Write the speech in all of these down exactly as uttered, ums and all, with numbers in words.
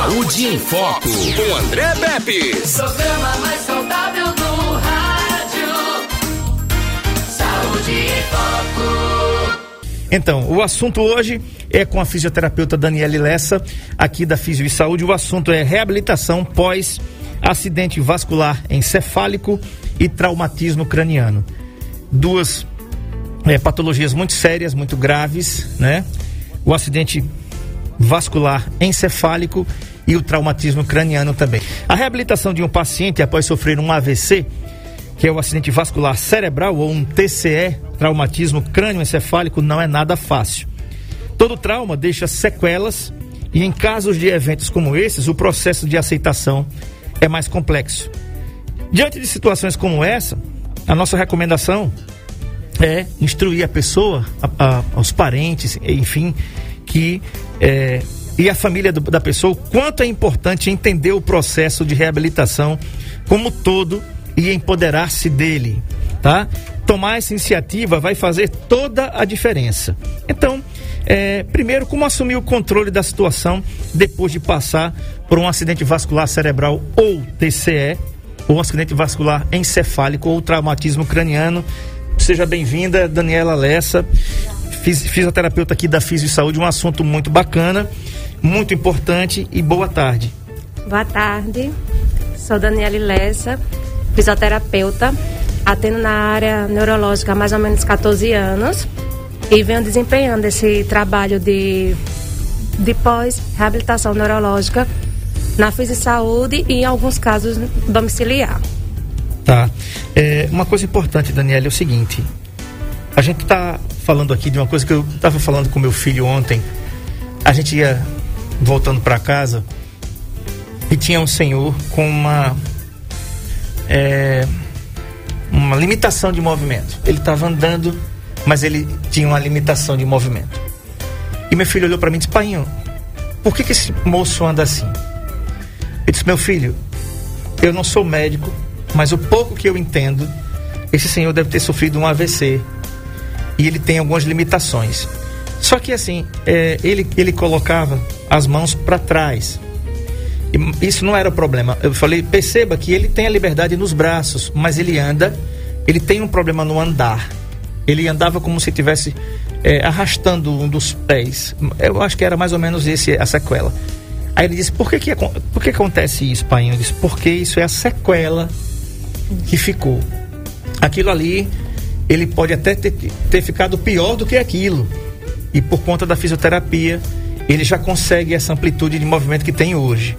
Saúde em Foco, com André Pepe. Programa mais saudável do rádio. Saúde em Foco. Então, o assunto hoje é com a fisioterapeuta Daniele Lessa, aqui da Fisio e Saúde. O assunto é reabilitação pós acidente vascular encefálico e traumatismo craniano. Duas é, patologias muito sérias, muito graves, né? O acidente vascular encefálico e o traumatismo craniano também. A reabilitação de um paciente após sofrer um A V C, que é o acidente vascular cerebral, ou um T C E, traumatismo crânioencefálico, não é nada fácil. Todo trauma deixa sequelas e em casos de eventos como esses, o processo de aceitação é mais complexo. Diante de situações como essa, a nossa recomendação é instruir a pessoa, a, a, aos parentes, enfim, que é, e a família do, da pessoa, o quanto é importante entender o processo de reabilitação como todo e empoderar-se dele, tá? Tomar essa iniciativa vai fazer toda a diferença. Então, é, primeiro, como assumir o controle da situação depois de passar por um acidente vascular cerebral ou T C E, ou acidente vascular encefálico ou traumatismo craniano. Seja bem-vinda, Daniela Lessa, fisioterapeuta aqui da Fisio e Saúde. Um assunto muito bacana, muito importante, e boa tarde. Boa tarde, sou Daniela Lessa, fisioterapeuta, atendo na área neurológica há mais ou menos catorze anos e venho desempenhando esse trabalho de, de pós-reabilitação neurológica na Fisio e Saúde e em alguns casos domiciliar. Tá. É, uma coisa importante, Daniela, é o seguinte: a gente está falando aqui de uma coisa que eu estava falando com meu filho ontem. A gente ia voltando para casa e tinha um senhor com uma é, uma limitação de movimento. Ele estava andando, mas ele tinha uma limitação de movimento. E meu filho olhou para mim e disse: Painho, por que que esse moço anda assim? Eu disse: meu filho, eu não sou médico, mas o pouco que eu entendo, esse senhor deve ter sofrido um A V C e ele tem algumas limitações. Só que assim, é, ele, ele colocava as mãos para trás. E isso não era o problema. Eu falei: perceba que ele tem a liberdade nos braços, mas ele anda, ele tem um problema no andar. Ele andava como se estivesse é, arrastando um dos pés. Eu acho que era mais ou menos esse, a sequela. Aí ele disse: por que que, por que acontece isso, pai? Eu disse: porque isso é a sequela que ficou. Aquilo ali, ele pode até ter, ter ficado pior do que aquilo. E por conta da fisioterapia, ele já consegue essa amplitude de movimento que tem hoje.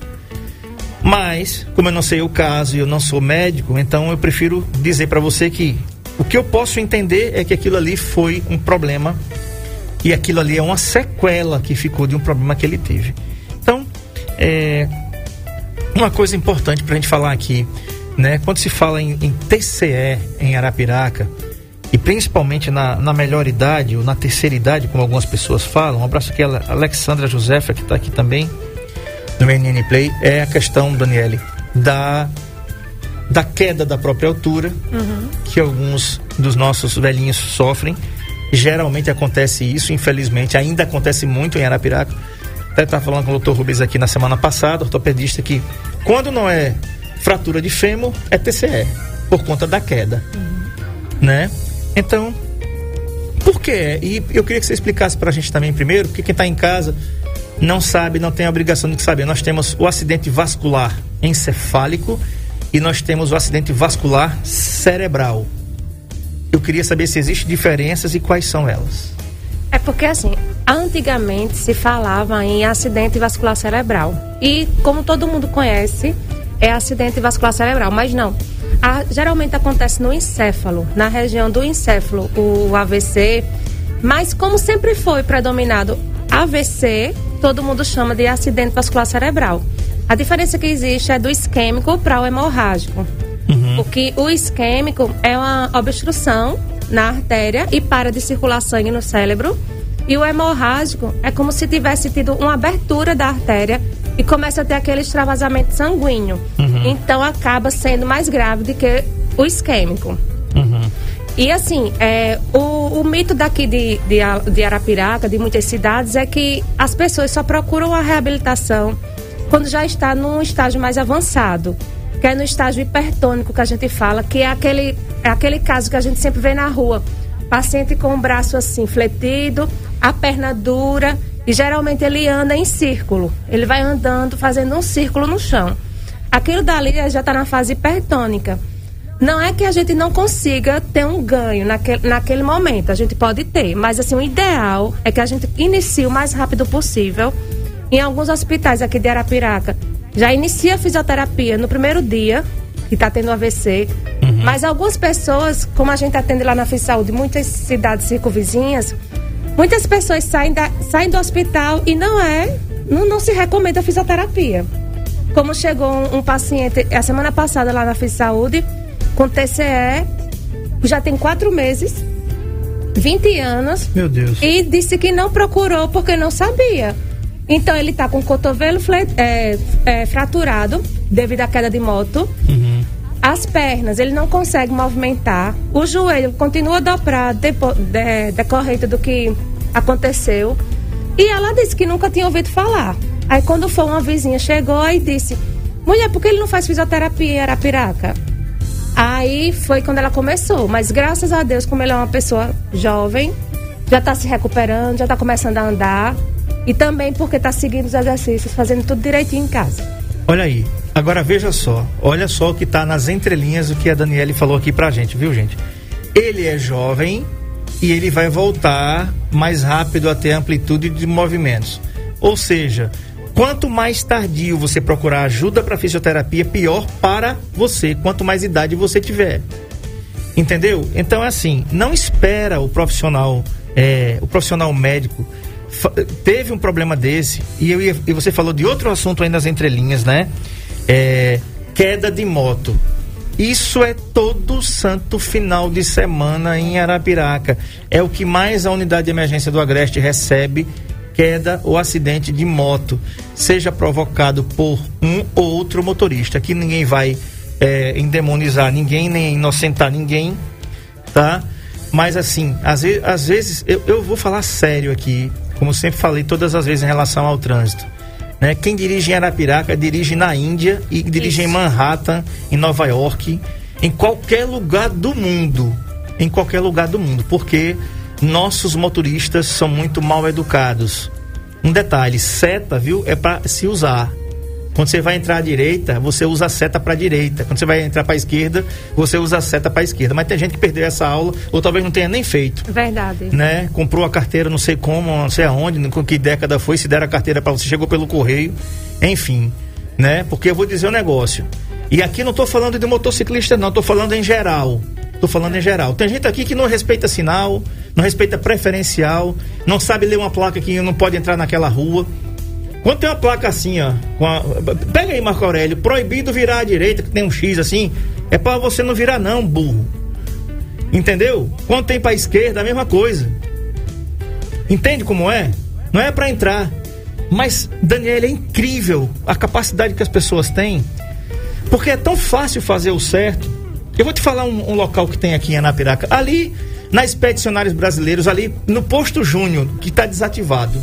Mas, como eu não sei o caso e eu não sou médico, então eu prefiro dizer para você que o que eu posso entender é que aquilo ali foi um problema e aquilo ali é uma sequela que ficou de um problema que ele teve. Então, é uma coisa importante para a gente falar aqui, né? Quando se fala em, em T C E em Arapiraca, e principalmente na, na melhor idade ou na terceira idade, como algumas pessoas falam, um abraço aqui a Alexandra Josefa, que está aqui também no M N N Play, é a questão, Daniele, da, da queda da própria altura, uhum. que alguns dos nossos velhinhos sofrem. Geralmente acontece isso, infelizmente, ainda acontece muito em Arapiraca. Até estava falando com o doutor Rubens aqui na semana passada, ortopedista, que quando não é fratura de fêmur, é T C E, por conta da queda, uhum. né? Então, por quê? E eu queria que você explicasse pra gente também primeiro, porque quem está em casa não sabe, não tem a obrigação de saber. Nós temos o acidente vascular encefálico e nós temos o acidente vascular cerebral. Eu queria saber se existem diferenças e quais são elas. É porque assim, antigamente se falava em acidente vascular cerebral. E como todo mundo conhece, é acidente vascular cerebral, mas não. A, geralmente acontece no encéfalo, na região do encéfalo, o A V C, mas como sempre foi predominado A V C, todo mundo chama de acidente vascular cerebral. A diferença que existe é do isquêmico para o hemorrágico. Uhum. Porque o isquêmico é uma obstrução na artéria e para de circular sangue no cérebro, e o hemorrágico é como se tivesse tido uma abertura da artéria e começa a ter aquele extravasamento sanguíneo. Uhum. Então acaba sendo mais grave do que o isquêmico. Uhum. E assim, é, o, o mito daqui de, de, de Arapiraca, de muitas cidades, é que as pessoas só procuram a reabilitação quando já está num estágio mais avançado, que é no estágio hipertônico que a gente fala, que é aquele, é aquele caso que a gente sempre vê na rua. Paciente com o braço assim, fletido, a perna dura, e geralmente ele anda em círculo. Ele vai andando, fazendo um círculo no chão. Aquilo dali já está na fase hipertônica. Não é que a gente não consiga ter um ganho naquele, naquele momento, a gente pode ter, mas assim, o ideal é que a gente inicie o mais rápido possível. Em alguns hospitais aqui de Arapiraca, já inicia a fisioterapia no primeiro dia, que está tendo A V C, uhum. Mas algumas pessoas, como a gente atende lá na FISaúde, muitas cidades circunvizinhas, muitas pessoas saem, da, saem do hospital e não é, não, não se recomenda a fisioterapia. Como chegou um, um paciente a semana passada lá na FISaúde, com T C E, já tem quatro meses, vinte anos. Meu Deus. E disse que não procurou porque não sabia. Então ele está com o cotovelo é, é, fraturado devido à queda de moto. Uhum. As pernas, ele não consegue movimentar. O joelho continua dobrado depo, de, decorrente do que aconteceu. E ela disse que nunca tinha ouvido falar. Aí quando foi uma vizinha, chegou e disse: mulher, por que ele não faz fisioterapia em Arapiraca? Aí foi quando ela começou, mas graças a Deus, como ele é uma pessoa jovem, já está se recuperando, já está começando a andar, e também porque está seguindo os exercícios, fazendo tudo direitinho em casa. Olha aí, agora veja só, olha só o que está nas entrelinhas, o que a Daniele falou aqui pra gente, viu, gente? Ele é jovem e ele vai voltar mais rápido a ter amplitude de movimentos, ou seja, quanto mais tardio você procurar ajuda para fisioterapia, pior para você, quanto mais idade você tiver. Entendeu? Então, assim, não espera o profissional, é, o profissional médico fa- teve um problema desse, e, eu ia, e você falou de outro assunto aí nas entrelinhas, né? É, queda de moto. Isso é todo santo final de semana em Arapiraca. É o que mais a unidade de emergência do Agreste recebe, queda ou acidente de moto, seja provocado por um ou outro motorista, que ninguém vai é, endemonizar ninguém, nem inocentar ninguém, tá? Mas assim, às vezes, às vezes eu, eu vou falar sério aqui, como sempre falei todas as vezes em relação ao trânsito, né? Quem dirige em Arapiraca, dirige na Índia e dirige Isso. em Manhattan, em Nova York, em qualquer lugar do mundo, em qualquer lugar do mundo, porque nossos motoristas são muito mal educados. Um detalhe, seta, viu, é para se usar. Quando você vai entrar à direita, você usa a seta para a direita. Quando você vai entrar para a esquerda, você usa a seta para a esquerda. Mas tem gente que perdeu essa aula, ou talvez não tenha nem feito. Verdade. Né? Comprou a carteira não sei como, não sei aonde, com que década foi, se deram a carteira para você, chegou pelo correio. Enfim, né? Porque eu vou dizer um negócio. E aqui não estou falando de motociclista, não. Estou falando em geral. Estou falando em geral. Tem gente aqui que não respeita sinal, não respeita preferencial, não sabe ler uma placa que não pode entrar naquela rua. Quando tem uma placa assim, ó, com a, pega aí, Marco Aurélio, proibido virar à direita, que tem um X assim, é para você não virar não, burro. Entendeu? Quando tem para a esquerda, a mesma coisa. Entende como é? Não é para entrar. Mas, Daniel, é incrível a capacidade que as pessoas têm, porque é tão fácil fazer o certo. Eu vou te falar um, um local que tem aqui em Arapiraca, ali na Expedicionários Brasileiros, ali no Posto Júnior, que está desativado.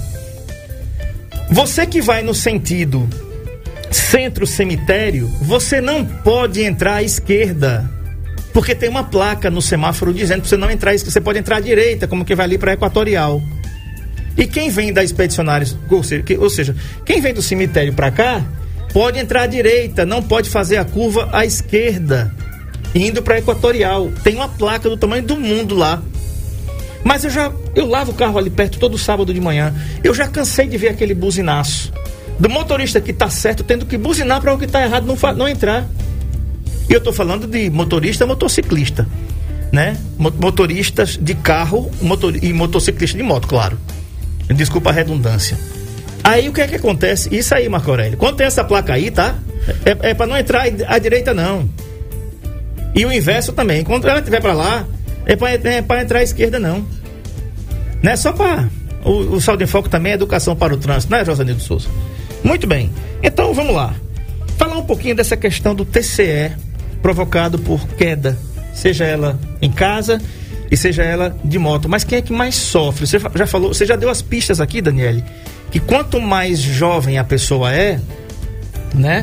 Você que vai no sentido centro-cemitério, você não pode entrar à esquerda, porque tem uma placa no semáforo dizendo que você não entrar à esquerda, você pode entrar à direita, como que vai ali para a Equatorial. E quem vem da Expedicionários, ou seja, que, ou seja, quem vem do cemitério para cá, pode entrar à direita, não pode fazer a curva à esquerda, indo para a Equatorial. Tem uma placa do tamanho do mundo lá. Mas eu já, eu lavo o carro ali perto todo sábado de manhã. Eu já cansei de ver aquele buzinaço do motorista que tá certo tendo que buzinar para o que tá errado não, não entrar. E eu tô falando de motorista, motociclista, né? Motoristas de carro motor, e motociclista de moto, claro. Desculpa a redundância. Aí o que é que acontece? Isso aí, Marco Aurélio. Quando tem essa placa aí, tá? É, é para não entrar à direita, não. E o inverso também. Quando ela estiver para lá, é para é entrar à esquerda, não. Não é só para... O, o Saúde em Foco também é educação para o trânsito, né, Josanildo Souza? Muito bem. Então, vamos lá. Falar um pouquinho dessa questão do T C E provocado por queda, seja ela em casa e seja ela de moto. Mas quem é que mais sofre? Você já falou, você já deu as pistas aqui, Daniele, que quanto mais jovem a pessoa é, né?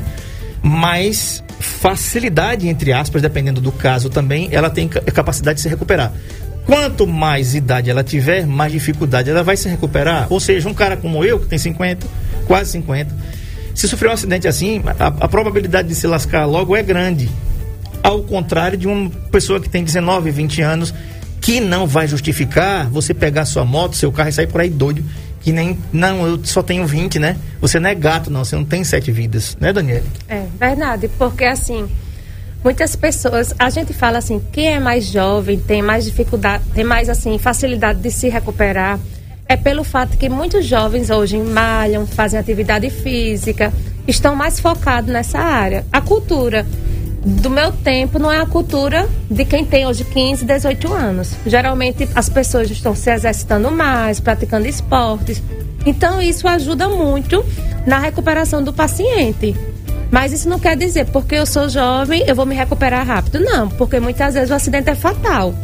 Mais facilidade, entre aspas, dependendo do caso também, ela tem capacidade de se recuperar. Quanto mais idade ela tiver, mais dificuldade ela vai se recuperar. Ou seja, um cara como eu, que tem cinquenta, quase cinquenta, se sofrer um acidente assim, a, a probabilidade de se lascar logo é grande. Ao contrário de uma pessoa que tem dezenove, vinte anos, que não vai justificar você pegar sua moto, seu carro e sair por aí doido, que nem, não, eu só tenho vinte, né? Você não é gato, não, você não tem sete vidas, né, Daniela? É, verdade, porque assim, muitas pessoas, a gente fala assim, quem é mais jovem, tem mais dificuldade, tem mais assim, facilidade de se recuperar, é pelo fato que muitos jovens hoje malham, fazem atividade física, estão mais focados nessa área. A cultura do meu tempo não é a cultura de quem tem hoje quinze, dezoito anos. Geralmente as pessoas estão se exercitando mais, praticando esportes. Então isso ajuda muito na recuperação do paciente. Mas isso não quer dizer, porque eu sou jovem, eu vou me recuperar rápido. Não, porque muitas vezes o acidente é fatal.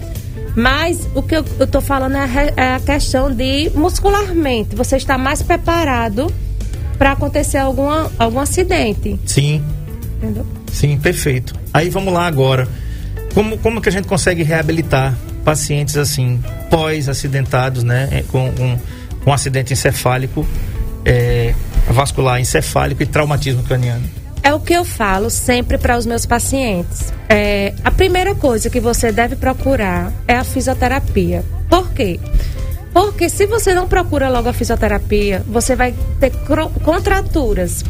Mas o que eu estou falando é a, re, é a questão de muscularmente. Você está mais preparado para acontecer alguma, algum acidente. Sim. Entendeu? Sim, perfeito. Aí vamos lá agora. Como, como que a gente consegue reabilitar pacientes assim, pós-acidentados, né? Com, com, com acidente encefálico, é, vascular encefálico e traumatismo craniano? É o que eu falo sempre para os meus pacientes. É, a primeira coisa que você deve procurar é a fisioterapia. Por quê? Porque se você não procura logo a fisioterapia, você vai ter contraturas.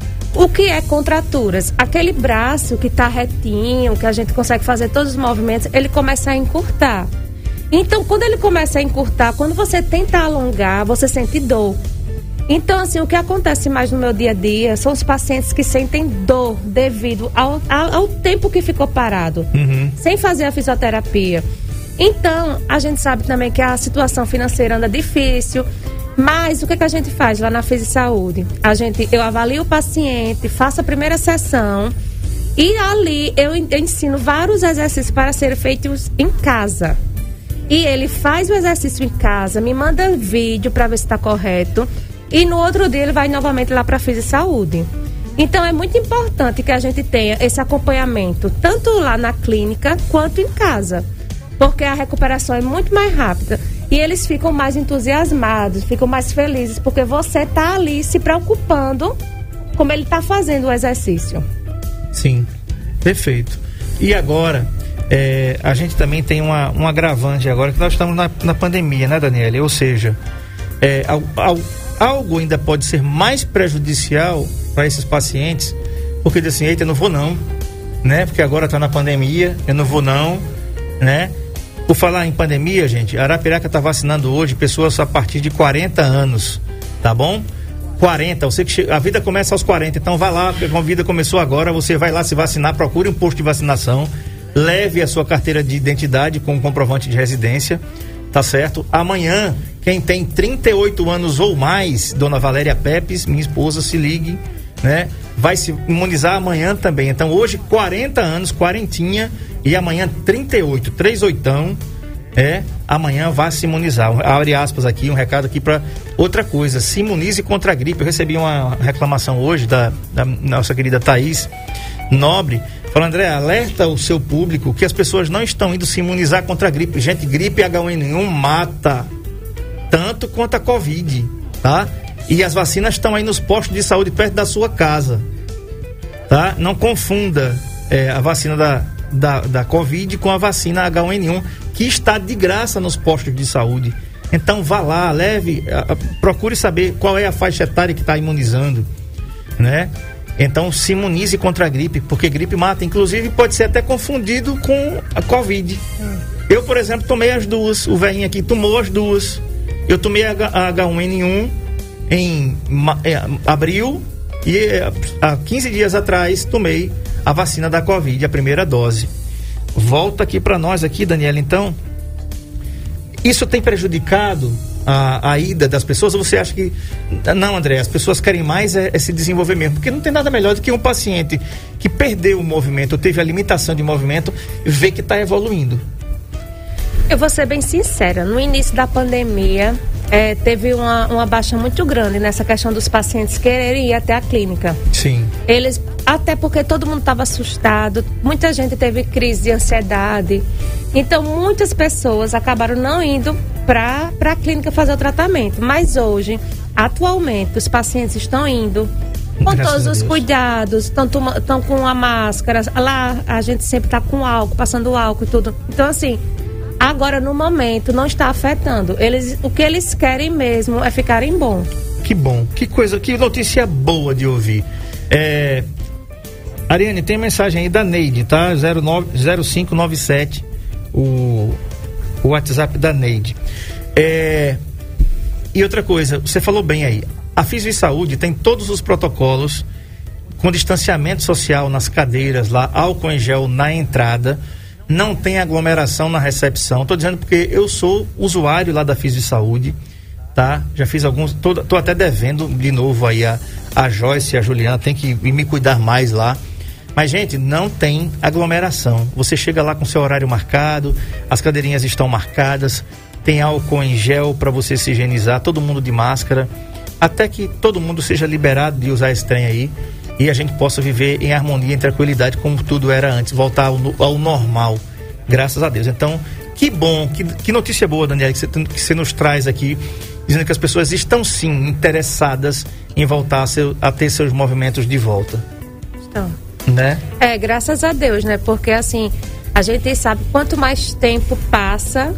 O que é contraturas? Aquele braço que está retinho, que a gente consegue fazer todos os movimentos, ele começa a encurtar. Então, quando ele começa a encurtar, quando você tenta alongar, você sente dor. Então, assim, o que acontece mais no meu dia a dia são os pacientes que sentem dor devido ao, ao, ao tempo que ficou parado, uhum. sem fazer a fisioterapia. Então, a gente sabe também que a situação financeira anda difícil. Mas o que, que a gente faz lá na Fisisaúde? A gente, eu avalio o paciente, faço a primeira sessão e ali eu, eu ensino vários exercícios para serem feitos em casa. E ele faz o exercício em casa, me manda vídeo para ver se está correto e no outro dia ele vai novamente lá para a Fisisaúde. Então é muito importante que a gente tenha esse acompanhamento, tanto lá na clínica quanto em casa, porque a recuperação é muito mais rápida. E eles ficam mais entusiasmados, ficam mais felizes, porque você está ali se preocupando como ele está fazendo o exercício. Sim, perfeito. E agora, é, a gente também tem uma, um agravante agora, que nós estamos na, na pandemia, né, Daniele? Ou seja, é, al, al, algo ainda pode ser mais prejudicial para esses pacientes, porque diz assim, eita, eu não vou não, né? Porque agora está na pandemia, eu não vou não, né? Por falar em pandemia, gente, a Arapiraca está vacinando hoje pessoas a partir de quarenta anos, tá bom? quarenta, você que che... a vida começa aos quarenta, então vai lá, a vida começou agora, você vai lá se vacinar, procure um posto de vacinação, leve a sua carteira de identidade com um comprovante de residência, tá certo? Amanhã, quem tem trinta e oito anos ou mais, Dona Valéria Pepes, minha esposa, se ligue, né? Vai se imunizar amanhã também. Então hoje quarenta anos, quarentinha, e amanhã trinta e oito, três oitão, é, amanhã vai se imunizar. Abre aspas aqui, um recado aqui para outra coisa, se imunize contra a gripe. Eu recebi uma reclamação hoje da, da nossa querida Thaís Nobre, falando, André, alerta o seu público que as pessoas não estão indo se imunizar contra a gripe. Gente, gripe H um N um mata tanto quanto a Covid, tá? E as vacinas estão aí nos postos de saúde perto da sua casa, tá? Não confunda é, a vacina da, da, da Covid com a vacina H um N um, que está de graça nos postos de saúde. Então vá lá, leve, a, a, procure saber qual é a faixa etária que está imunizando, né? Então se imunize contra a gripe, porque gripe mata, inclusive pode ser até confundido com a Covid. Hum. Eu, por exemplo, tomei as duas, o velhinho aqui tomou as duas. Eu tomei a, a H um N um em é, abril e é, há quinze dias atrás tomei a vacina da Covid, a primeira dose. Volta aqui para nós aqui, Daniela, então, isso tem prejudicado a, a ida das pessoas, ou você acha que não, André, as pessoas querem mais é, é se desenvolver mesmo, porque não tem nada melhor do que um paciente que perdeu o movimento, ou teve a limitação de movimento, ver que está evoluindo. Eu vou ser bem sincera, no início da pandemia é, teve uma, uma baixa muito grande nessa questão dos pacientes quererem ir até a clínica. Sim. Eles, até porque todo mundo estava assustado, muita gente teve crise de ansiedade. Então, muitas pessoas acabaram não indo para a clínica fazer o tratamento. Mas hoje, atualmente, os pacientes estão indo com Graças todos a os Deus. cuidados, estão com a máscara. Lá, a gente sempre está com álcool, passando álcool e tudo. Então, assim, agora, no momento, não está afetando. Eles, o que eles querem mesmo é ficarem bom. Que bom, que coisa, que notícia boa de ouvir. É... Ariane, tem mensagem aí da Neide, tá? zero nove zero cinco nove sete, o, o WhatsApp da Neide. É... E outra coisa, você falou bem aí, a Fisio Saúde tem todos os protocolos com distanciamento social nas cadeiras lá, álcool em gel na entrada, não tem aglomeração na recepção. Tô dizendo porque eu sou usuário lá da Fisio Saúde, tá? Já fiz alguns, tô, tô até devendo de novo aí a, a Joyce e a Juliana, tem que me cuidar mais lá. Mas, gente, não tem aglomeração. Você chega lá com seu horário marcado, as cadeirinhas estão marcadas, tem álcool em gel para você se higienizar, todo mundo de máscara, até que todo mundo seja liberado de usar esse trem aí e a gente possa viver em harmonia, em tranquilidade, como tudo era antes, voltar ao, ao normal, graças a Deus. Então, que bom, que, que notícia boa, Daniela, que você, que você nos traz aqui, dizendo que as pessoas estão sim interessadas em voltar a, seu, a ter seus movimentos de volta. Então, né? É, graças a Deus, né? Porque assim, a gente sabe quanto mais tempo passa,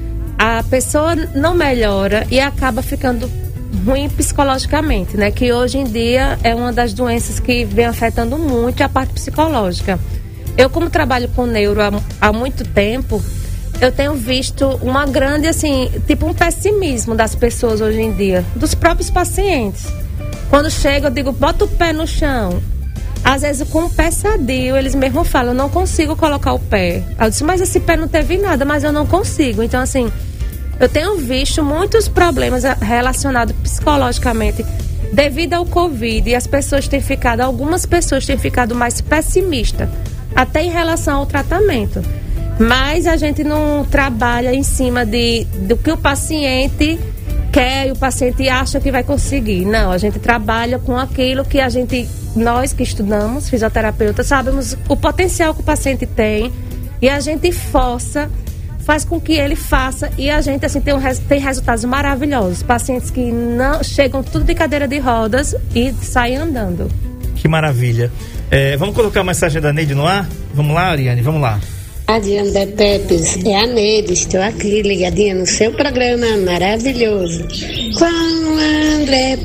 a pessoa não melhora e acaba ficando ruim psicologicamente, né? Que hoje em dia é uma das doenças que vem afetando muito a parte psicológica. Eu, como trabalho com neuro há, há muito tempo, eu tenho visto uma grande, assim, tipo um pessimismo das pessoas hoje em dia, dos próprios pacientes. Quando chega, eu digo, bota o pé no chão. Às vezes, com um pé sadio, eles mesmo falam, eu não consigo colocar o pé. Eu disse, mas esse pé não teve nada, mas eu não consigo. Então, assim, eu tenho visto muitos problemas relacionados psicologicamente devido ao Covid. E as pessoas têm ficado, algumas pessoas têm ficado mais pessimistas, até em relação ao tratamento. Mas a gente não trabalha em cima de, do que o paciente quer e o paciente acha que vai conseguir. Não, a gente trabalha com aquilo que a gente, nós que estudamos, fisioterapeutas, sabemos o potencial que o paciente tem e a gente força, faz com que ele faça e a gente assim tem, um, tem resultados maravilhosos. Pacientes que não chegam tudo de cadeira de rodas e saem andando. Que maravilha. É, vamos colocar a mensagem da Neide no ar? Vamos lá, Ariane, vamos lá. Rádio André Pepes, é a Neide, estou aqui ligadinha no seu programa maravilhoso. Com André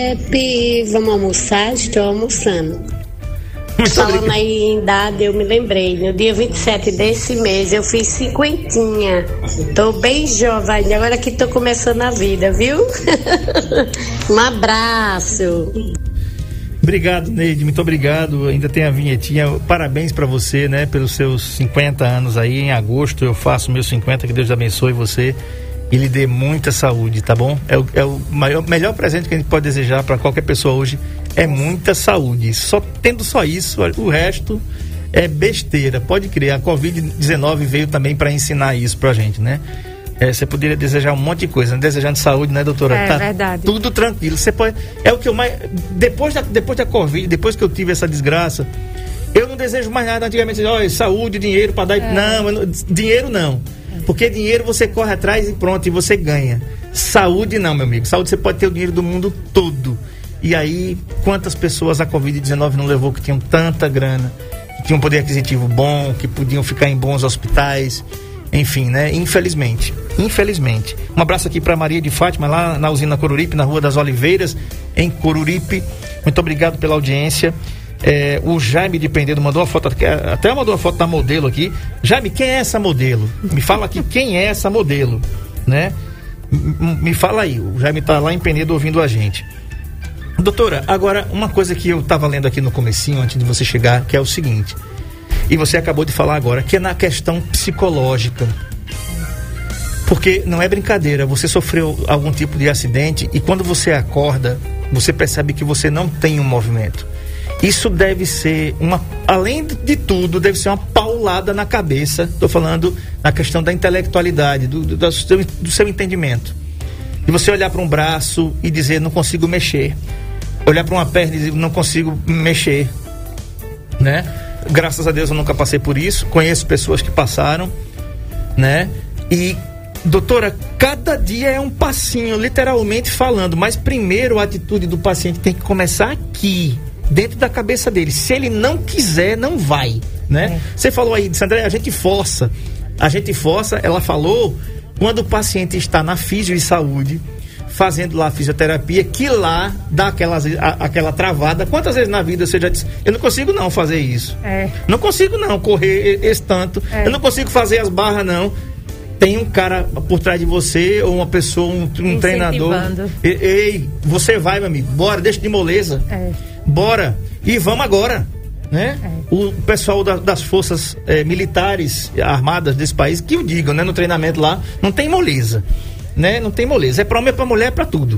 Pepe, vamos almoçar? Estou almoçando. Muito Falando obrigado. aí em idade, eu me lembrei, no dia vinte e sete desse mês eu fiz cinquentinha. Estou bem jovem, agora que estou começando a vida, viu? Um abraço. Obrigado, Neide, muito obrigado. Ainda tem a vinhetinha. Parabéns para você, né, pelos seus cinquenta anos aí. Em agosto eu faço meus cinquenta. Que Deus abençoe você e lhe dê muita saúde, tá bom? É o, é o maior, melhor presente que a gente pode desejar para qualquer pessoa hoje é muita saúde. Só tendo só isso, o resto é besteira. Pode crer, a covid dezenove veio também para ensinar isso pra gente, né? É, você poderia desejar um monte de coisa, né? Desejando saúde, né, doutora? É tá verdade. Tudo tranquilo. Você pode. É o que eu mais. Depois da, depois da Covid, depois que eu tive essa desgraça, eu não desejo mais nada. Antigamente, olha, saúde, dinheiro para dar. É. Não, não, dinheiro não. Porque dinheiro você corre atrás e pronto, e você ganha. Saúde não, meu amigo. Saúde você pode ter o dinheiro do mundo todo. E aí, quantas pessoas a covid dezenove não levou que tinham tanta grana, que tinham um poder aquisitivo bom, que podiam ficar em bons hospitais. Enfim, né? Infelizmente. Infelizmente. Um abraço aqui para Maria de Fátima, lá na usina Coruripe, na Rua das Oliveiras, em Coruripe. Muito obrigado pela audiência. É, o Jaime de Pendedo mandou uma foto, até mandou uma foto da modelo aqui. Jaime, quem é essa modelo? Me fala aqui quem é essa modelo, né? M- me fala aí. O Jaime tá lá em Pendedo ouvindo a gente. Doutora, agora, uma coisa que eu estava lendo aqui no comecinho, antes de você chegar, que é o seguinte... E você acabou de falar agora, que é na questão psicológica. Porque não é brincadeira, você sofreu algum tipo de acidente e quando você acorda, você percebe que você não tem um movimento. Isso deve ser uma, além de tudo, deve ser uma paulada na cabeça. Estou falando na questão da intelectualidade, do, do, do, seu, do seu entendimento. E você olhar para um braço e dizer, não consigo mexer. Olhar para uma perna e dizer, não consigo mexer. Né? Graças a Deus eu nunca passei por isso. Conheço pessoas que passaram, né? E, doutora, cada dia é um passinho, literalmente falando. Mas primeiro a atitude do paciente tem que começar aqui, dentro da cabeça dele. Se ele não quiser, não vai, né? É. Você falou aí, André, a gente força. A gente força, ela falou, quando o paciente está na Fisio e Saúde, fazendo lá a fisioterapia, que lá dá aquela, a, aquela travada. Quantas vezes na vida você já disse, eu não consigo não fazer isso. É. Não consigo não correr esse tanto. É. Eu não consigo fazer as barras não. Tem um cara por trás de você, ou uma pessoa, um, um treinador. Ei, ei, você vai, meu amigo, bora, deixa de moleza. É. Bora, e vamos agora. Né? É. O pessoal da, das forças é, militares armadas desse país, que o digam, né? No treinamento lá, não tem moleza. Né? Não tem moleza, é para homem, é para mulher, é para tudo,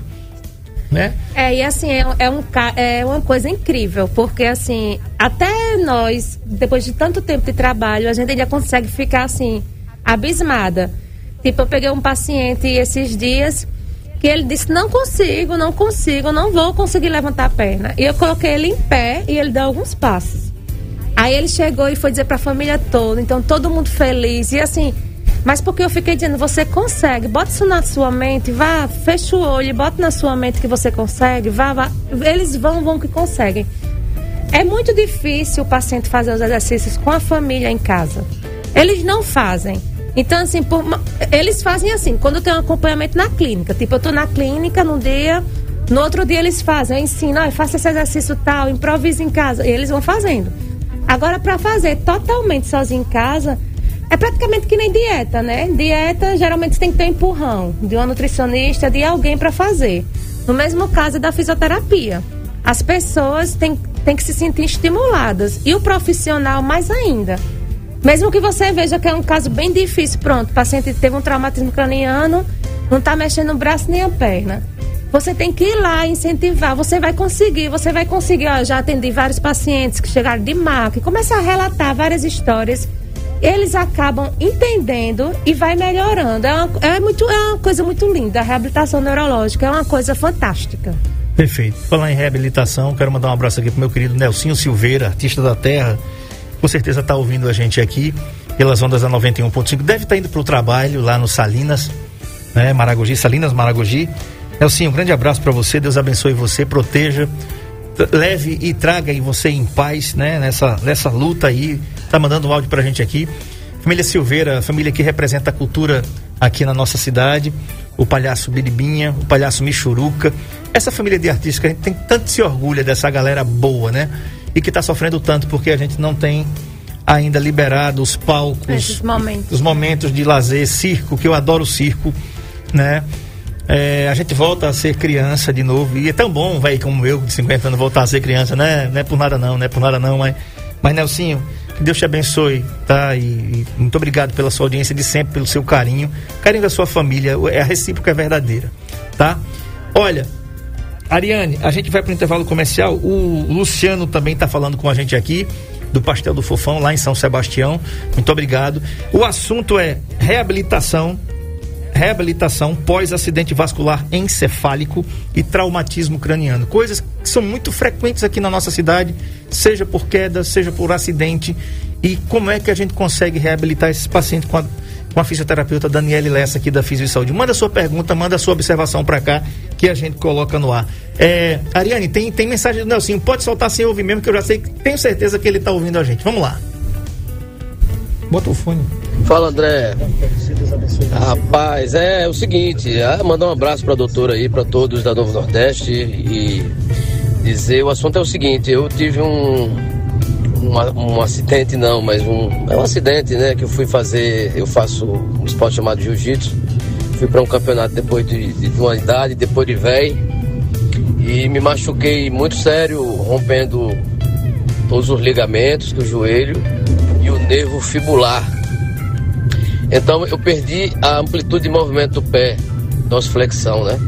né? É, e assim, é, é, um, é uma coisa incrível, porque assim, até nós, depois de tanto tempo de trabalho, a gente ainda consegue ficar assim, abismada. Tipo, eu peguei um paciente esses dias, que ele disse, não consigo, não consigo, não vou conseguir levantar a perna. E eu coloquei ele em pé e ele deu alguns passos. Aí ele chegou e foi dizer para a família toda, então todo mundo feliz, e assim... Mas porque eu fiquei dizendo, você consegue, bota isso na sua mente, vá, fecha o olho, bota na sua mente que você consegue, vá, vá. Eles vão, vão que conseguem. É muito difícil o paciente fazer os exercícios com a família em casa. Eles não fazem. Então, assim, por, eles fazem assim, quando tem um acompanhamento na clínica. Tipo, eu tô na clínica num dia, no outro dia eles fazem, eu ensino, ó, faça esse exercício tal, improvise em casa. E eles vão fazendo. Agora, para fazer totalmente sozinho em casa... É praticamente que nem dieta, né? Dieta, geralmente você tem que ter um empurrão de uma nutricionista, de alguém para fazer. No mesmo caso da fisioterapia. As pessoas têm, têm que se sentir estimuladas. E o profissional mais ainda. Mesmo que você veja que é um caso bem difícil, pronto, o paciente teve um traumatismo craniano, não está mexendo o braço nem a perna. Você tem que ir lá incentivar, você vai conseguir, você vai conseguir. Ó, já atendi vários pacientes que chegaram de maca e começam a relatar várias histórias. Eles acabam entendendo e vai melhorando. É uma, é, muito, é uma coisa muito linda. A reabilitação neurológica é uma coisa fantástica. Perfeito. Falar em reabilitação, quero mandar um abraço aqui pro meu querido Nelsinho Silveira, artista da terra. Com certeza está ouvindo a gente aqui pelas ondas da noventa e um ponto cinco. Deve estar tá indo para o trabalho lá no Salinas, né? Maragogi, Salinas, Maragogi. Nelsinho, um grande abraço para você. Deus abençoe você, proteja, leve e traga em você em paz, né? Nessa, nessa luta aí. Tá mandando um áudio pra gente aqui. Família Silveira, família que representa a cultura aqui na nossa cidade. O palhaço Biribinha, o palhaço Michuruca. Essa família de artistas que a gente tem tanto se orgulha dessa galera boa, né? E que tá sofrendo tanto porque a gente não tem ainda liberado os palcos, esses momentos. Os momentos de lazer, circo, que eu adoro circo, né? É, a gente volta a ser criança de novo. E é tão bom, velho, como eu, de cinquenta anos, voltar a ser criança, né? Não é por nada não, não é por nada não, mas... Mas, Nelsinho, que Deus te abençoe, tá? E, e muito obrigado pela sua audiência de sempre, pelo seu carinho. Carinho da sua família, é a recíproca é verdadeira, tá? Olha, Ariane, a gente vai para o intervalo comercial. O Luciano também está falando com a gente aqui, do Pastel do Fofão, lá em São Sebastião. Muito obrigado. O assunto é reabilitação, reabilitação pós-acidente vascular encefálico e traumatismo craniano. Coisas que são muito frequentes aqui na nossa cidade, seja por queda, seja por acidente. E como é que a gente consegue reabilitar esses pacientes com a, com a fisioterapeuta Daniele Lessa aqui da Fisio e Saúde? Manda sua pergunta, manda sua observação para cá, que a gente coloca no ar. É, Ariane, tem, tem mensagem do Nelsinho, pode soltar sem ouvir mesmo, que eu já sei, tenho certeza que ele está ouvindo a gente. Vamos lá. Bota o fone. Fala, André. Rapaz, é, é o seguinte, é, mandar um abraço pra doutora aí, pra todos da Novo Nordeste e dizer, o assunto é o seguinte, eu tive um, um, um acidente não, mas um, é um acidente, né, que eu fui fazer, eu faço um esporte chamado jiu-jitsu, fui pra um campeonato depois de, de, de uma idade, depois de velho, e me machuquei muito sério, rompendo todos os ligamentos do joelho e o nervo fibular. Então eu perdi a amplitude de movimento do pé, dorsiflexão, né?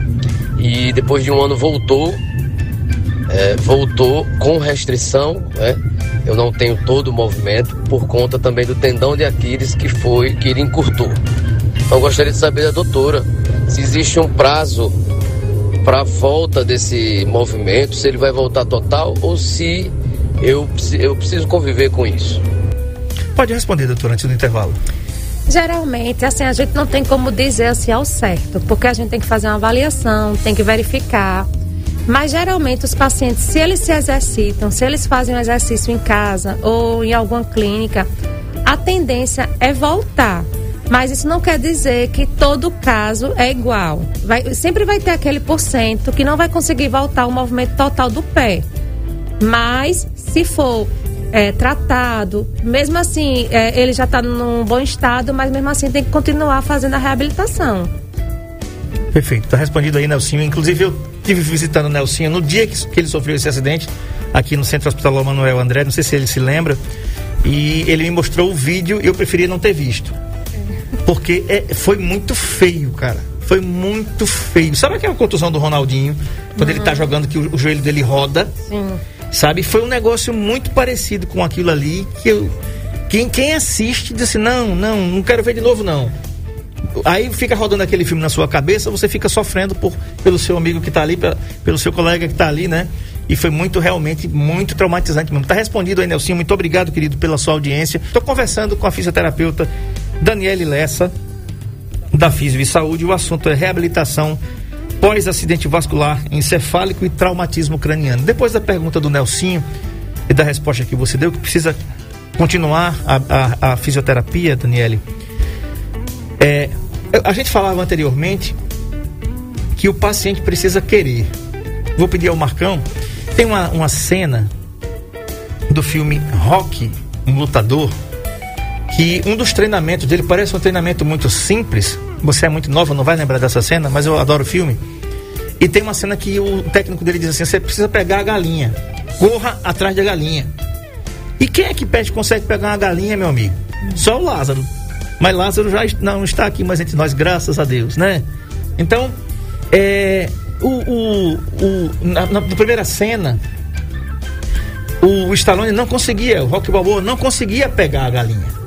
E depois de um ano voltou, é, voltou com restrição, né? Eu não tenho todo o movimento por conta também do tendão de Aquiles que foi, que ele encurtou. Então eu gostaria de saber da doutora se existe um prazo para a volta desse movimento, se ele vai voltar total ou se eu, eu preciso conviver com isso. Pode responder, doutor, antes do intervalo. Geralmente, assim, a gente não tem como dizer assim ao certo, porque a gente tem que fazer uma avaliação, tem que verificar. Mas geralmente os pacientes, se eles se exercitam, se eles fazem um exercício em casa ou em alguma clínica, a tendência é voltar. Mas isso não quer dizer que todo caso é igual. Vai, sempre vai ter aquele porcento que não vai conseguir voltar o movimento total do pé. Mas se for é, tratado, mesmo assim, é, ele já está num bom estado, mas mesmo assim tem que continuar fazendo a reabilitação. Perfeito, está respondido aí, Nelsinho. Inclusive eu estive visitando o Nelsinho no dia que, que ele sofreu esse acidente aqui no Centro Hospitalar Manuel André, não sei se ele se lembra, e ele me mostrou o vídeo e eu preferia não ter visto. Porque é, foi muito feio, cara. Foi muito feio. Sabe aquela contusão do Ronaldinho? Quando uhum. ele tá jogando que o, o joelho dele roda? Sim. Sabe? Foi um negócio muito parecido com aquilo ali que eu... Quem, quem assiste diz assim, não, não, não quero ver de novo, não. Aí fica rodando aquele filme na sua cabeça, você fica sofrendo por, pelo seu amigo que tá ali, pela, pelo seu colega que tá ali, né? E foi muito, realmente, muito traumatizante mesmo. Tá respondido aí, Nelson. Muito obrigado, querido, pela sua audiência. Tô conversando com a fisioterapeuta Daniele Lessa, da Fisio e Saúde. O assunto é reabilitação pós-acidente vascular, encefálico e traumatismo craniano. Depois da pergunta do Nelsinho e da resposta que você deu, que precisa continuar a, a, a fisioterapia, Daniele, é, a gente falava anteriormente que o paciente precisa querer. Vou pedir ao Marcão, tem uma, uma cena do filme Rocky, um lutador, que um dos treinamentos dele parece um treinamento muito simples. Você é muito nova, não vai lembrar dessa cena, mas eu adoro o filme. E tem uma cena que o técnico dele diz assim, você precisa pegar a galinha, corra atrás da galinha. E quem é que pede consegue pegar uma galinha, meu amigo? Só o Lázaro. Mas Lázaro já não está aqui mais entre nós, graças a Deus, né? Então, é, o, o, o, na, na primeira cena, o, o Stallone não conseguia, o Rocky Balboa não conseguia pegar a galinha.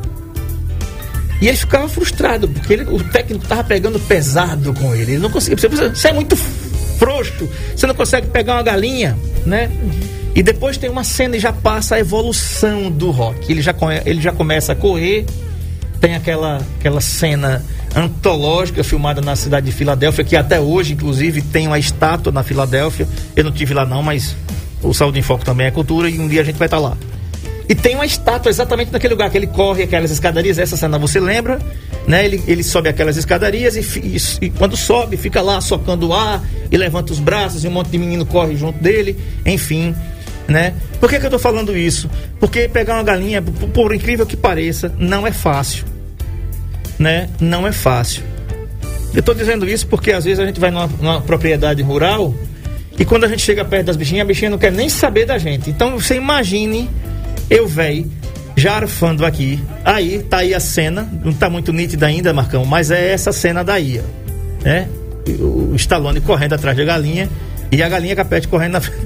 E ele ficava frustrado, porque ele, o técnico estava pegando pesado com ele. Ele não conseguia. Você, você é muito frouxo, você não consegue pegar uma galinha, né? Uhum. E depois tem uma cena e já passa a evolução do Rocky. Ele já, ele já começa a correr. Tem aquela, aquela cena antológica filmada na cidade de Filadélfia, que até hoje, inclusive, tem uma estátua na Filadélfia. Eu não tive lá não, mas o Saúde em Foco também é cultura e um dia a gente vai estar lá. E tem uma estátua exatamente naquele lugar que ele corre aquelas escadarias, essa cena você lembra, né? Ele, ele sobe aquelas escadarias e, e, e quando sobe fica lá socando o ar e levanta os braços e um monte de menino corre junto dele, enfim, né? Por que que eu tô falando isso? Porque pegar uma galinha, por, por incrível que pareça, não é fácil, né? Não é fácil. Eu tô dizendo isso porque às vezes a gente vai numa, numa propriedade rural e quando a gente chega perto das bichinhas, a bichinha não quer nem saber da gente. Então você imagine eu, véi, já arfando aqui. Aí, tá aí a cena. Não tá muito nítida ainda, Marcão, mas é essa cena daí, ó, né? O Stallone correndo atrás da galinha e a galinha Capete correndo na frente.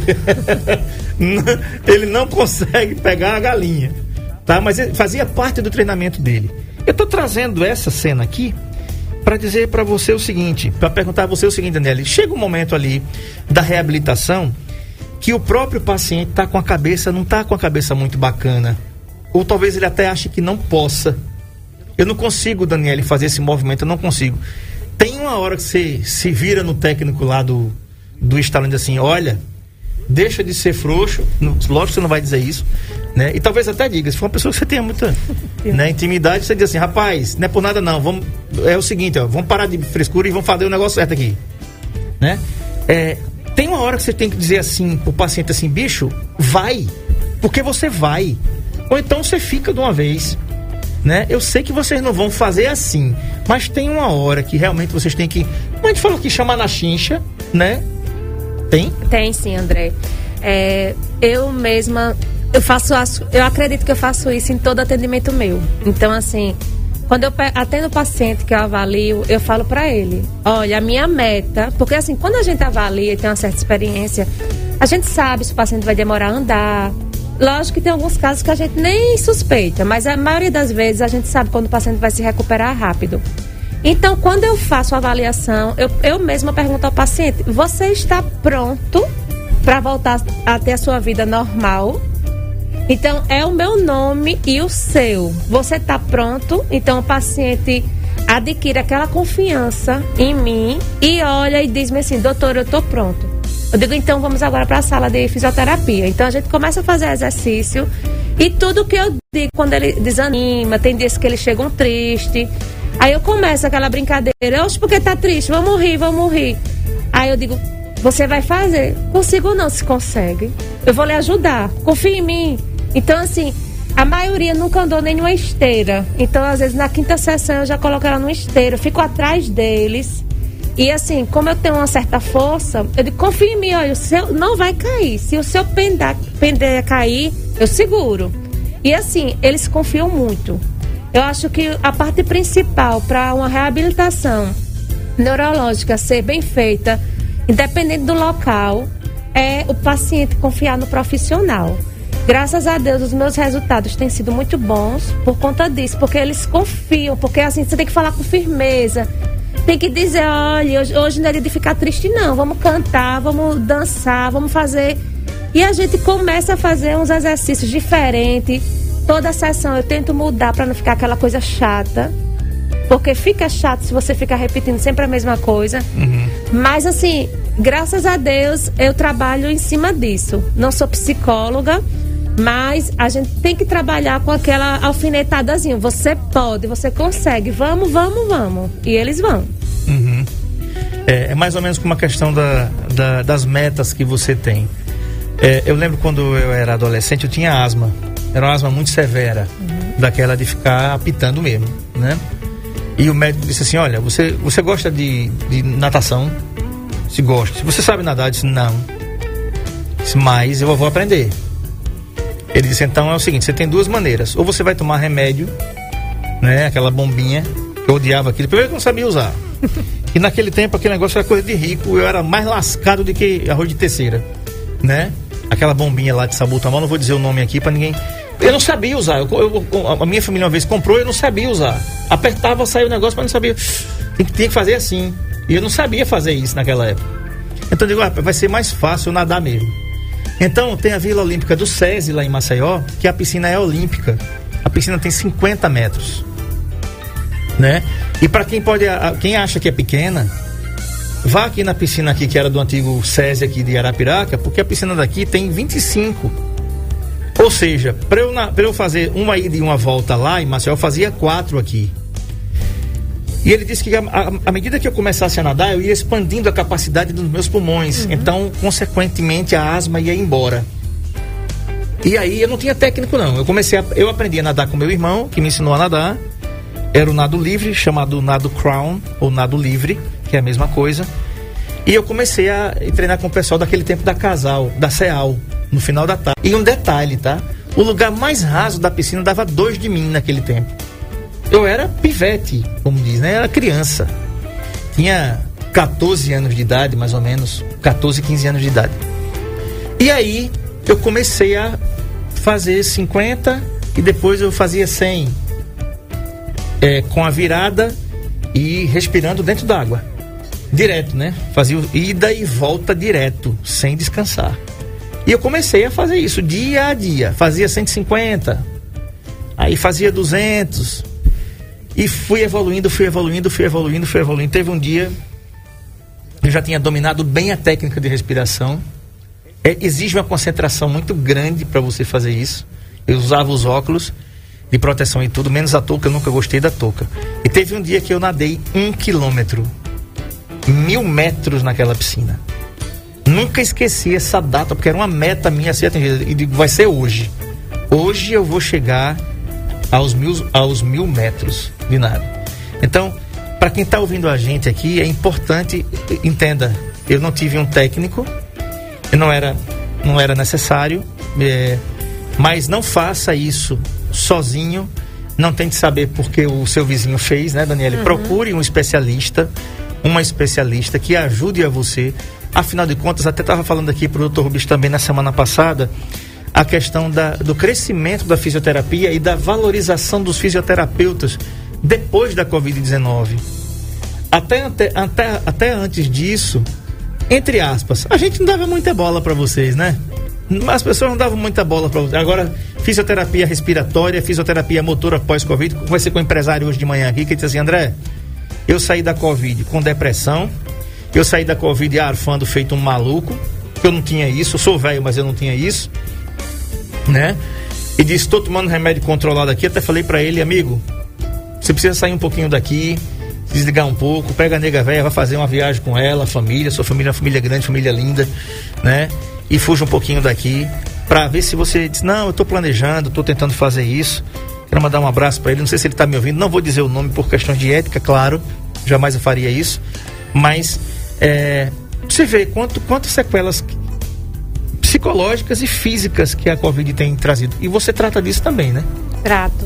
Ele não consegue pegar a galinha, tá? Mas fazia parte do treinamento dele. Eu tô trazendo essa cena aqui para dizer para você o seguinte, para perguntar a você o seguinte, Daniele. Chega um momento ali da reabilitação que o próprio paciente está com a cabeça, não está com a cabeça muito bacana. Ou talvez ele até ache que não possa. Eu não consigo, Daniele, fazer esse movimento, eu não consigo. Tem uma hora que você se vira no técnico lá do, do Stallone assim, olha, deixa de ser frouxo, no, lógico que você não vai dizer isso, né? E talvez até diga, se for uma pessoa que você tenha muita né, intimidade, você diz assim, rapaz, não é por nada não, vamos, é o seguinte, ó, vamos parar de frescura e vamos fazer o negócio certo aqui, né? É... Tem uma hora que você tem que dizer assim pro paciente assim, bicho, vai, porque você vai. Ou então você fica de uma vez, né? Eu sei que vocês não vão fazer assim, mas tem uma hora que realmente vocês têm que, como a gente falou aqui, chamar na chincha, né? Tem? Tem sim, André. É, eu mesma, eu faço, eu acredito que eu faço isso em todo atendimento meu. Então, assim, quando eu atendo o paciente que eu avalio, eu falo pra ele, olha, a minha meta, porque assim, quando a gente avalia e tem uma certa experiência, a gente sabe se o paciente vai demorar a andar. Lógico que tem alguns casos que a gente nem suspeita, mas a maioria das vezes a gente sabe quando o paciente vai se recuperar rápido. Então, quando eu faço a avaliação, eu, eu mesma pergunto ao paciente: você está pronto para voltar a ter a sua vida normal? Então, é o meu nome e o seu. Você está pronto? Então, o paciente adquire aquela confiança em mim e olha e diz-me assim: doutor, eu estou pronto. Eu digo: então vamos agora para a sala de fisioterapia. Então a gente começa a fazer exercício e tudo que eu digo quando ele desanima, tem dias que eles chegam tristes, aí eu começo aquela brincadeira: oxe, porque tá triste? Vamos rir, vamos rir. Aí eu digo: você vai fazer? Consigo não, se consegue. Eu vou lhe ajudar, confia em mim. Então assim, a maioria nunca andou nem numa esteira. Então, às vezes, na quinta sessão eu já coloco ela numa esteira. Eu fico atrás deles. E assim, como eu tenho uma certa força, eu digo: confia em mim, olha, o seu não vai cair. Se o seu pender, pender cair, eu seguro. E assim, eles confiam muito. Eu acho que a parte principal para uma reabilitação neurológica ser bem feita, independente do local, é o paciente confiar no profissional. Graças a Deus, os meus resultados têm sido muito bons por conta disso, porque eles confiam, porque assim, você tem que falar com firmeza, tem que dizer: olha, hoje, hoje não é dia de ficar triste não, vamos cantar, vamos dançar, vamos fazer. E a gente começa a fazer uns exercícios diferentes. Toda sessão eu tento mudar para não ficar aquela coisa chata, porque fica chato se você ficar repetindo sempre a mesma coisa. Uhum. Mas assim, graças a Deus, eu trabalho em cima disso. Não sou psicóloga, mas a gente tem que trabalhar com aquela alfinetadazinha: você pode, você consegue, vamos, vamos, vamos. E eles vão. Uhum. É, é mais ou menos como a questão da, da, das metas que você tem. É, eu lembro quando eu era adolescente, eu tinha asma. Era uma asma muito severa, uhum. daquela de ficar apitando mesmo, né? E o médico disse assim: olha, você, você gosta de, de natação? Se gosta. Se você sabe nadar? Eu disse: não. Eu disse: mas eu vou aprender. Ele disse: então é o seguinte, você tem duas maneiras. Ou você vai tomar remédio, né? Aquela bombinha, que eu odiava aquilo. Primeiro que eu não sabia usar. E naquele tempo aquele negócio era coisa de rico. Eu era mais lascado do que arroz de terceira, né? Aquela bombinha lá de salbutamol, não vou dizer o nome aqui pra ninguém. Eu não sabia usar. Eu, eu, a minha família uma vez comprou e eu não sabia usar. Apertava, saiu o negócio, mas não sabia. Tinha que, tinha que fazer assim. E eu não sabia fazer isso naquela época. Então eu digo: ah, vai ser mais fácil nadar mesmo. Então tem a Vila Olímpica do SESI lá em Maceió, que a piscina é olímpica. A piscina tem cinquenta metros, né? E para quem pode, quem acha que é pequena, vá aqui na piscina aqui, que era do antigo SESI aqui de Arapiraca, porque a piscina daqui tem vinte e cinco. Ou seja, para eu, eu fazer uma ida e uma volta lá em Maceió, eu fazia quatro aqui. E ele disse que à medida que eu começasse a nadar, eu ia expandindo a capacidade dos meus pulmões. Uhum. Então, consequentemente, a asma ia embora. E aí eu não tinha técnico não. Eu comecei a, eu aprendi a nadar com meu irmão, que me ensinou a nadar. Era o nado livre, chamado nado crown, ou nado livre, que é a mesma coisa. E eu comecei a treinar com o pessoal daquele tempo da Casal, da CEAL, no final da tarde. E um detalhe, tá? O lugar mais raso da piscina dava dois de mim naquele tempo. Eu era pivete, como diz, né? Era criança. Tinha catorze anos de idade, mais ou menos. catorze, quinze anos de idade. E aí, eu comecei a fazer cinquenta e depois eu fazia cem. É, com a virada e respirando dentro d'água. Direto, né? Fazia ida e volta direto, sem descansar. E eu comecei a fazer isso dia a dia. Fazia cento e cinquenta, aí fazia duzentos. E fui evoluindo, fui evoluindo, fui evoluindo, fui evoluindo. Teve um dia, eu já tinha dominado bem a técnica de respiração. É, exige uma concentração muito grande para você fazer isso. Eu usava os óculos de proteção e tudo, menos a touca, eu nunca gostei da touca. E teve um dia que eu nadei um quilômetro, mil metros naquela piscina. Nunca esqueci essa data, porque era uma meta minha a ser atingida. E digo, vai ser hoje. Hoje eu vou chegar aos mil, aos mil metros de nada. Então, para quem está ouvindo a gente aqui, é importante, entenda, eu não tive um técnico, não era, não era necessário, é, mas não faça isso sozinho. Não tente saber porque o seu vizinho fez, né, Daniele? Uhum. Procure um especialista, uma especialista que ajude a você. Afinal de contas, até estava falando aqui para o doutor Rubens também na semana passada, a questão da, do crescimento da fisioterapia e da valorização dos fisioterapeutas depois da covid dezenove. até, até, até, até antes disso, entre aspas, a gente não dava muita bola para vocês, né? As pessoas não davam muita bola para vocês. Agora, fisioterapia respiratória, fisioterapia motora pós-Covid. Conversei com um empresário hoje de manhã aqui que disse assim: André, eu saí da Covid com depressão, eu saí da Covid arfando feito um maluco, que eu não tinha isso, eu sou velho, mas eu não tinha isso, né? E disse: estou tomando remédio controlado aqui. Até falei para ele: amigo, você precisa sair um pouquinho daqui, desligar um pouco, pega a nega velha, vai fazer uma viagem com ela, família, sua família é uma família grande, família linda, né? E fuja um pouquinho daqui, pra ver se você diz: não, eu tô planejando, tô tentando fazer isso. Quero mandar um abraço para ele, não sei se ele tá me ouvindo, não vou dizer o nome por questão de ética, claro, jamais eu faria isso, mas é, você vê quanto, quantas sequelas psicológicas e físicas que a Covid tem trazido. E você trata disso também, né? Trato.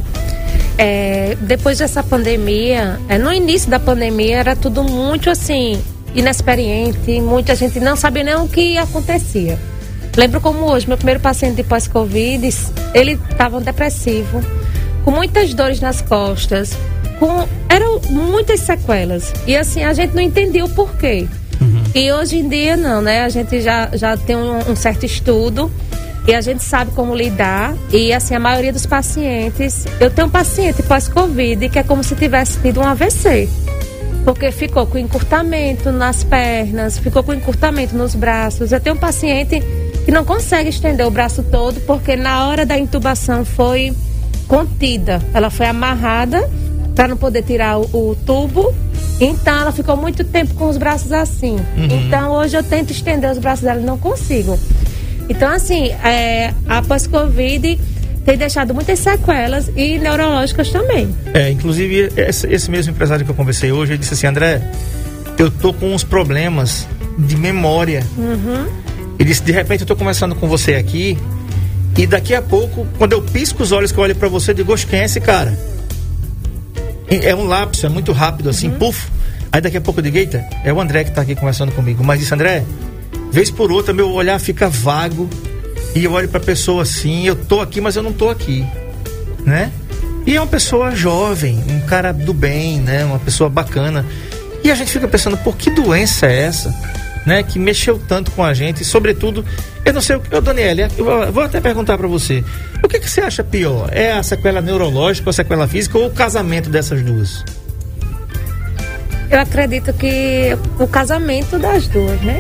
É, depois dessa pandemia, é, no início da pandemia era tudo muito assim, inexperiente, muita gente não sabia nem o que acontecia. Lembro como hoje, meu primeiro paciente de pós-Covid, ele estava depressivo, com muitas dores nas costas, com, eram muitas sequelas. E assim, a gente não entendia o porquê. Uhum. E hoje em dia não, né? A gente já, já tem um, um certo estudo e a gente sabe como lidar. E assim, a maioria dos pacientes... Eu tenho um paciente pós-Covid que é como se tivesse tido um A V C. Porque ficou com encurtamento nas pernas, ficou com encurtamento nos braços. Eu tenho um paciente que não consegue estender o braço todo porque na hora da intubação foi contida. Ela foi amarrada para não poder tirar o, o tubo. Então ela ficou muito tempo com os braços assim. Uhum. Então hoje eu tento estender os braços dela e não consigo. Então assim, é, a pós-Covid tem deixado muitas sequelas e neurológicas também. É, inclusive esse, esse mesmo empresário que eu conversei hoje, ele disse assim: André, eu tô com uns problemas de memória. Uhum. Ele disse: de repente eu tô conversando com você aqui e daqui a pouco, quando eu pisco os olhos que eu olho pra você, eu digo: quem é esse cara? É um lapso, é muito rápido assim, uhum. Puf. Aí daqui a pouco eu digo: eita, é o André que tá aqui conversando comigo. Mas disse: André, vez por outra meu olhar fica vago e eu olho pra pessoa assim, eu tô aqui, mas eu não tô aqui, né? E é uma pessoa jovem, um cara do bem, né? Uma pessoa bacana. E a gente fica pensando: por que doença é essa, né? Que mexeu tanto com a gente e sobretudo, eu não sei, eu, Daniela, eu vou até perguntar pra você, o que que você acha pior? É a sequela neurológica ou a sequela física ou o casamento dessas duas? Eu acredito que o casamento das duas, né?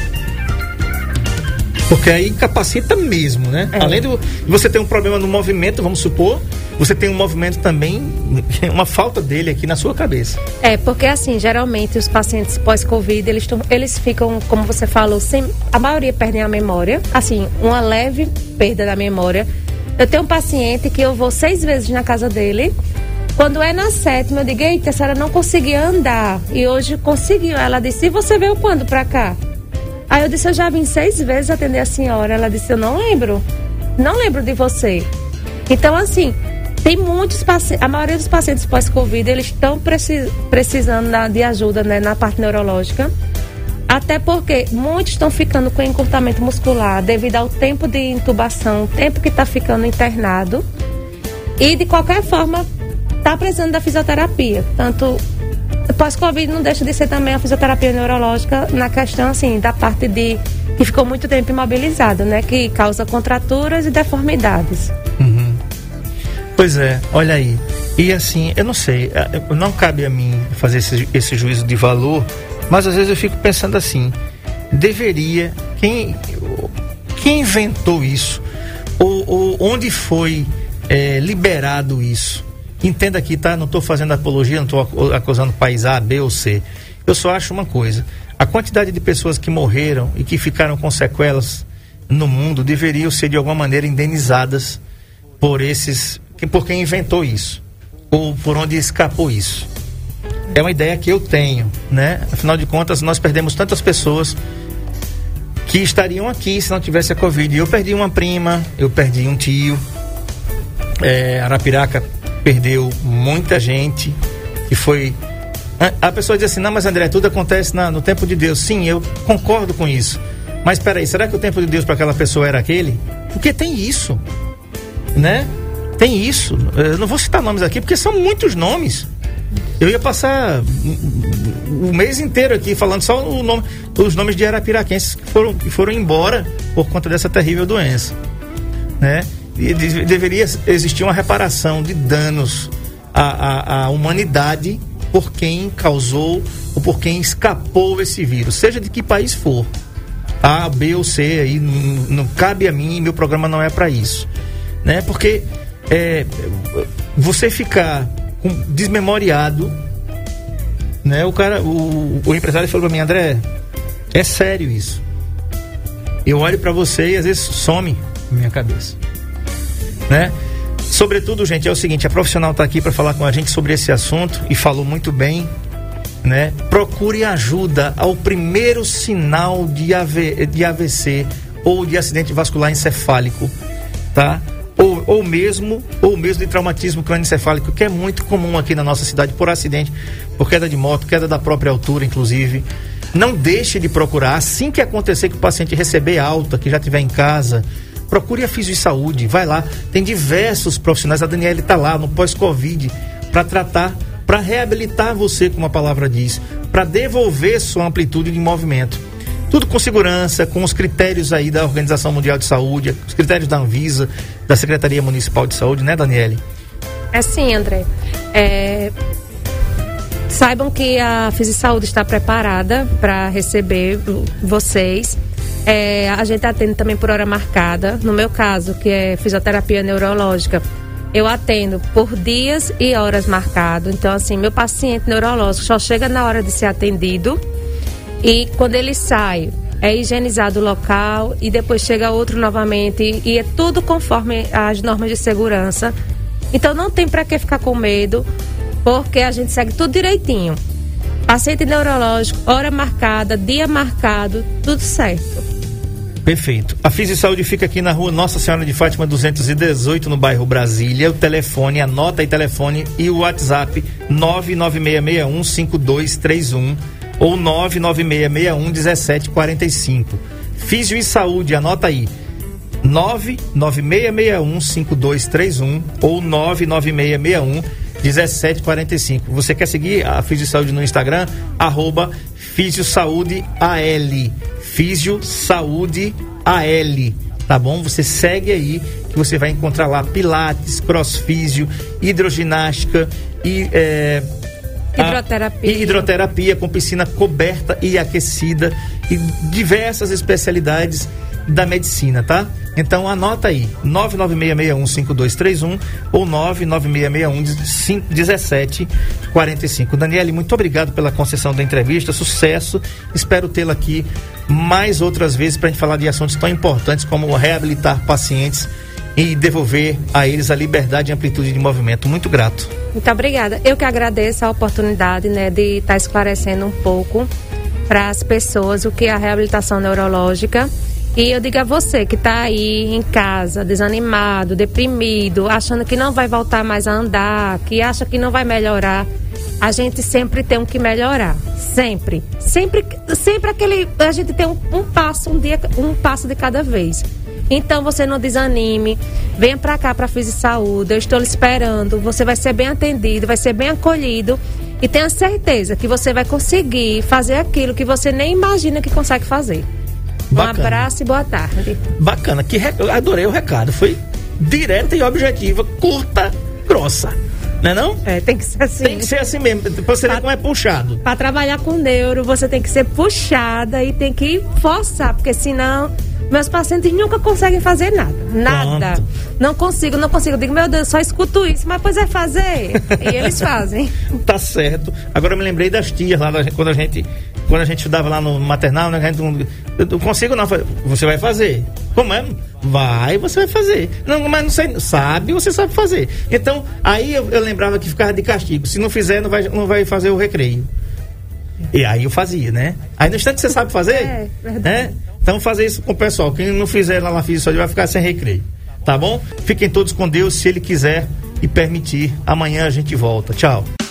Porque aí incapacita mesmo, né? É. Além de você ter um problema no movimento, vamos supor, você tem um movimento também, uma falta dele aqui na sua cabeça. É, porque assim, geralmente os pacientes pós-Covid, eles, tão, eles ficam, como você falou, sem, a maioria perdem a memória, assim, uma leve perda da memória. Eu tenho um paciente que eu vou seis vezes na casa dele, quando é na sétima, eu digo: eita, a senhora não conseguia andar, e hoje conseguiu. Ela disse: e você veio quando pra cá? Aí eu disse: eu já vim seis vezes atender a senhora. Ela disse: eu não lembro, não lembro de você. Então assim, tem muitos pacientes, a maioria dos pacientes pós-Covid, eles estão precis, precisando na, de ajuda, né, na parte neurológica, até porque muitos estão ficando com encurtamento muscular devido ao tempo de intubação, o tempo que está ficando internado, e de qualquer forma está precisando da fisioterapia. Tanto pós-Covid não deixa de ser também a fisioterapia neurológica na questão assim, da parte de que ficou muito tempo imobilizado, né, que causa contraturas e deformidades. Uhum. Pois é, olha aí. E assim, eu não sei, não cabe a mim fazer esse, esse juízo de valor, mas às vezes eu fico pensando assim: deveria, quem, quem inventou isso? Ou, ou onde foi é, liberado isso? Entenda aqui, tá? Não estou fazendo apologia, não estou acusando país A, B ou C. Eu só acho uma coisa: a quantidade de pessoas que morreram e que ficaram com sequelas no mundo deveriam ser de alguma maneira indenizadas por esses, por quem inventou isso, ou por onde escapou isso. É uma ideia que eu tenho, né? Afinal de contas, nós perdemos tantas pessoas que estariam aqui se não tivesse a Covid. Eu perdi uma prima, eu perdi um tio, é, Arapiraca perdeu muita gente, e foi... A pessoa diz assim: não, mas André, tudo acontece na, no tempo de Deus. Sim, eu concordo com isso. Mas peraí, será que o tempo de Deus para aquela pessoa era aquele? Porque tem isso, né? Tem isso. Eu não vou citar nomes aqui porque são muitos nomes. eu ia passar o mês inteiro aqui falando só o nome, os nomes de arapiraquenses que foram, que foram embora por conta dessa terrível doença, né? E de, deveria existir uma reparação de danos à, à, à humanidade por quem causou ou por quem escapou esse vírus, seja de que país for. A, B ou C, aí não, não cabe a mim, meu programa não é para isso, né? Porque é, você ficar com, desmemoriado, né? O cara, o, o empresário falou para mim: André, é sério isso. Eu olho para você e às vezes some na minha cabeça, né? Sobretudo, gente, é o seguinte: a profissional está aqui para falar com a gente sobre esse assunto e falou muito bem, né? Procure ajuda ao primeiro sinal de, A V, de A V C ou de acidente vascular encefálico, tá? Ou, ou mesmo ou mesmo de traumatismo crânioencefálico, que é muito comum aqui na nossa cidade por acidente, por queda de moto, queda da própria altura, inclusive. Não deixe de procurar. Assim que acontecer que o paciente receber alta, que já estiver em casa, procure a Fisio Saúde, vai lá. Tem diversos profissionais, a Daniela está lá no pós-Covid para tratar, para reabilitar você, como a palavra diz, para devolver sua amplitude de movimento. Tudo com segurança, com os critérios aí da Organização Mundial de Saúde, os critérios da Anvisa, da Secretaria Municipal de Saúde, né, Daniele? É sim, André. É... Saibam que a Fisio Saúde está preparada para receber vocês. É, a gente atende também por hora marcada. No meu caso, que é fisioterapia neurológica, eu atendo por dias e horas marcado. Então, assim, meu paciente neurológico só chega na hora de ser atendido. E quando ele sai, é higienizado o local e depois chega outro novamente. E é tudo conforme as normas de segurança. Então, não tem para que ficar com medo, porque a gente segue tudo direitinho. Paciente neurológico, hora marcada, dia marcado, tudo certo. Perfeito. A Fisio Saúde fica aqui na rua Nossa Senhora de Fátima duzentos e dezoito, no bairro Brasília. O telefone, anota aí telefone e o WhatsApp nove nove seis seis um cinco dois três um ou nove nove seis seis um um sete quatro cinco. Fisio e Saúde, anota aí nove nove seis seis um cinco dois três um ou nove nove seis seis um um sete quatro cinco. Você quer seguir a Fisio Saúde no Instagram? Arroba Fisio Saúde A L. Fisio Saúde A L, tá bom? Você segue aí que você vai encontrar lá pilates, crossfísio, hidroginástica e é, hidroterapia. A, e hidroterapia com piscina coberta e aquecida e diversas especialidades da medicina, tá? Então anota aí nove nove seis seis um cinco dois três um ou nove nove seis seis um um sete quatro cinco. Daniele, muito obrigado pela concessão da entrevista, sucesso, espero tê-la aqui mais outras vezes para a gente falar de assuntos tão importantes como reabilitar pacientes e devolver a eles a liberdade e amplitude de movimento. Muito grato. Muito obrigada. Eu que agradeço a oportunidade, né, de estar esclarecendo um pouco para as pessoas o que é a reabilitação neurológica. E eu digo a você que está aí em casa, desanimado, deprimido, achando que não vai voltar mais a andar, que acha que não vai melhorar, a gente sempre tem um que melhorar. Sempre. Sempre, sempre aquele. A gente tem um, um passo, um dia, um passo de cada vez. Então você não desanime, venha para cá para a Fisio Saúde, eu estou lhe esperando, você vai ser bem atendido, vai ser bem acolhido e tenha certeza que você vai conseguir fazer aquilo que você nem imagina que consegue fazer. Bacana. Um abraço e boa tarde. Bacana, que rec... eu adorei o recado, foi direta e objetiva, curta, grossa, não é não? É, tem que ser assim. Tem que ser assim mesmo, pra você ver como é puxado. Para trabalhar com neuro, você tem que ser puxada e tem que forçar, porque senão meus pacientes nunca conseguem fazer nada, nada. Pronto. Não consigo, não consigo. Eu digo, meu Deus, só escuto isso, mas pois é fazer. E eles fazem. Tá certo. Agora eu me lembrei das tias lá, quando a gente, quando a gente estudava lá no maternal, né? A gente não, eu não consigo não, você vai fazer. Como é? Vai, você vai fazer. Não, mas não sei, sabe, você sabe fazer. Então, aí eu, eu lembrava que ficava de castigo. Se não fizer, não vai, não vai fazer o recreio. E aí eu fazia, né? Aí no instante que você sabe fazer, é, verdade. Né? Então fazer isso com o pessoal. Quem não fizer lá na Fisio Saúde vai ficar sem recreio. Tá bom? Fiquem todos com Deus, se Ele quiser e permitir. Amanhã a gente volta. Tchau.